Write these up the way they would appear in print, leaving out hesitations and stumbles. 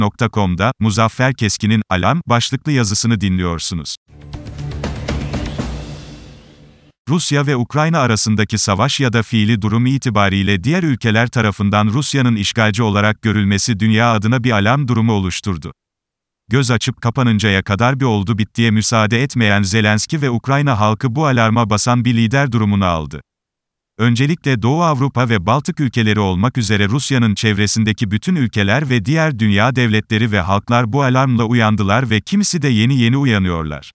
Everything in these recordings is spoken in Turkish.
25.com'da Muzaffer Keskin'in "Alarm" başlıklı yazısını dinliyorsunuz. Rusya ve Ukrayna arasındaki savaş ya da fiili durum itibariyle diğer ülkeler tarafından Rusya'nın işgalci olarak görülmesi dünya adına bir alarm durumu oluşturdu. Göz açıp kapanıncaya kadar bir oldu bittiye müsaade etmeyen Zelenski ve Ukrayna halkı bu alarma basan bir lider durumunu aldı. Öncelikle Doğu Avrupa ve Baltık ülkeleri olmak üzere Rusya'nın çevresindeki bütün ülkeler ve diğer dünya devletleri ve halklar bu alarmla uyandılar ve kimisi de yeni uyanıyorlar.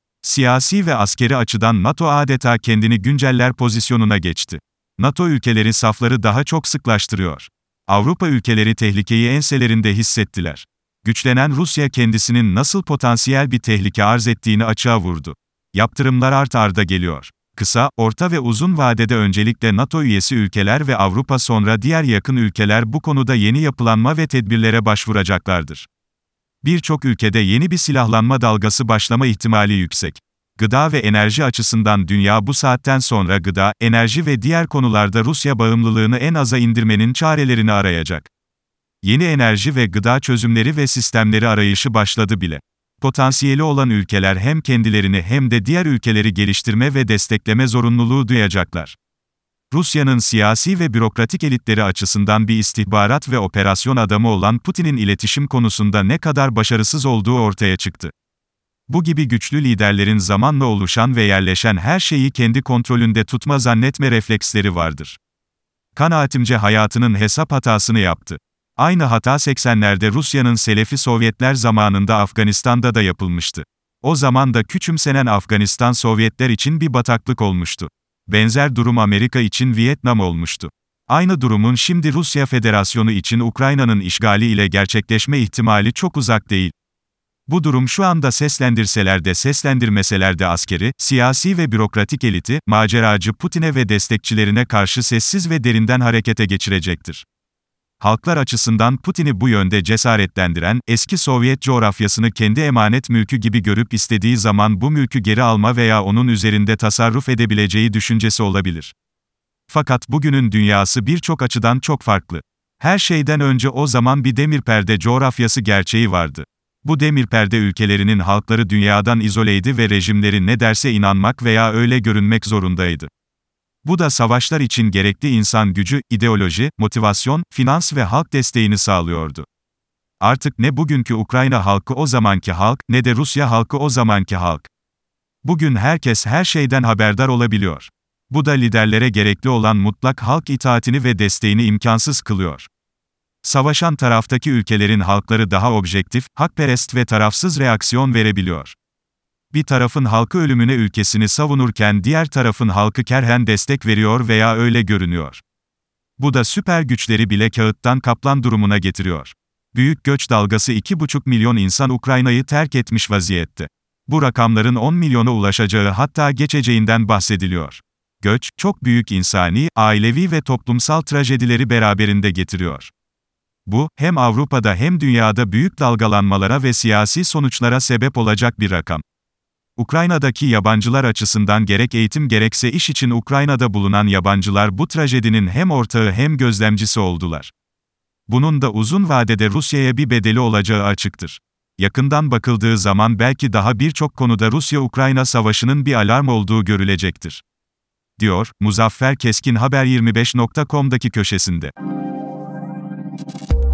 Siyasi ve askeri açıdan NATO adeta kendini günceller pozisyonuna geçti. NATO ülkeleri safları daha çok sıklaştırıyor. Avrupa ülkeleri tehlikeyi enselerinde hissettiler. Güçlenen Rusya kendisinin nasıl potansiyel bir tehlike arz ettiğini açığa vurdu. Yaptırımlar art arda geliyor. Kısa, orta ve uzun vadede öncelikle NATO üyesi ülkeler ve Avrupa sonra diğer yakın ülkeler bu konuda yeni yapılanma ve tedbirlere başvuracaklardır. Birçok ülkede yeni bir silahlanma dalgası başlama ihtimali yüksek. Gıda ve enerji açısından dünya bu saatten sonra gıda, enerji ve diğer konularda Rusya bağımlılığını en aza indirmenin çarelerini arayacak. Yeni enerji ve gıda çözümleri ve sistemleri arayışı başladı bile. Potansiyeli olan ülkeler hem kendilerini hem de diğer ülkeleri geliştirme ve destekleme zorunluluğu duyacaklar. Rusya'nın siyasi ve bürokratik elitleri açısından bir istihbarat ve operasyon adamı olan Putin'in iletişim konusunda ne kadar başarısız olduğu ortaya çıktı. Bu gibi güçlü liderlerin zamanla oluşan ve yerleşen her şeyi kendi kontrolünde tutma zannetme refleksleri vardır. Kanaatimce hayatının hesap hatasını yaptı. Aynı hata 80'lerde Rusya'nın Selefi Sovyetler zamanında Afganistan'da da yapılmıştı. O zaman da küçümsenen Afganistan Sovyetler için bir bataklık olmuştu. Benzer durum Amerika için Vietnam olmuştu. Aynı durumun şimdi Rusya Federasyonu için Ukrayna'nın işgali ile gerçekleşme ihtimali çok uzak değil. Bu durum şu anda seslendirseler de seslendirmeseler de askeri, siyasi ve bürokratik eliti, maceracı Putin'e ve destekçilerine karşı sessiz ve derinden harekete geçirecektir. Halklar açısından Putin'i bu yönde cesaretlendiren, eski Sovyet coğrafyasını kendi emanet mülkü gibi görüp istediği zaman bu mülkü geri alma veya onun üzerinde tasarruf edebileceği düşüncesi olabilir. Fakat bugünün dünyası birçok açıdan çok farklı. Her şeyden önce o zaman bir demirperde coğrafyası gerçeği vardı. Bu demirperde ülkelerinin halkları dünyadan izoleydi ve rejimleri ne derse inanmak veya öyle görünmek zorundaydı. Bu da savaşlar için gerekli insan gücü, ideoloji, motivasyon, finans ve halk desteğini sağlıyordu. Artık ne bugünkü Ukrayna halkı o zamanki halk, ne de Rusya halkı o zamanki halk. Bugün herkes her şeyden haberdar olabiliyor. Bu da liderlere gerekli olan mutlak halk itaatini ve desteğini imkansız kılıyor. Savaşan taraftaki ülkelerin halkları daha objektif, hakperest ve tarafsız reaksiyon verebiliyor. Bir tarafın halkı ölümüne ülkesini savunurken diğer tarafın halkı kerhen destek veriyor veya öyle görünüyor. Bu da süper güçleri bile kağıttan kaplan durumuna getiriyor. Büyük göç dalgası 2,5 milyon insan Ukrayna'yı terk etmiş vaziyette. Bu rakamların 10 milyona ulaşacağı hatta geçeceğinden bahsediliyor. Göç, çok büyük insani, ailevi ve toplumsal trajedileri beraberinde getiriyor. Bu, hem Avrupa'da hem dünyada büyük dalgalanmalara ve siyasi sonuçlara sebep olacak bir rakam. Ukrayna'daki yabancılar açısından gerek eğitim gerekse iş için Ukrayna'da bulunan yabancılar bu trajedinin hem ortağı hem gözlemcisi oldular. Bunun da uzun vadede Rusya'ya bir bedeli olacağı açıktır. Yakından bakıldığı zaman belki daha birçok konuda Rusya-Ukrayna savaşının bir alarm olduğu görülecektir. Diyor, Muzaffer Keskin Haber25.com'daki köşesinde.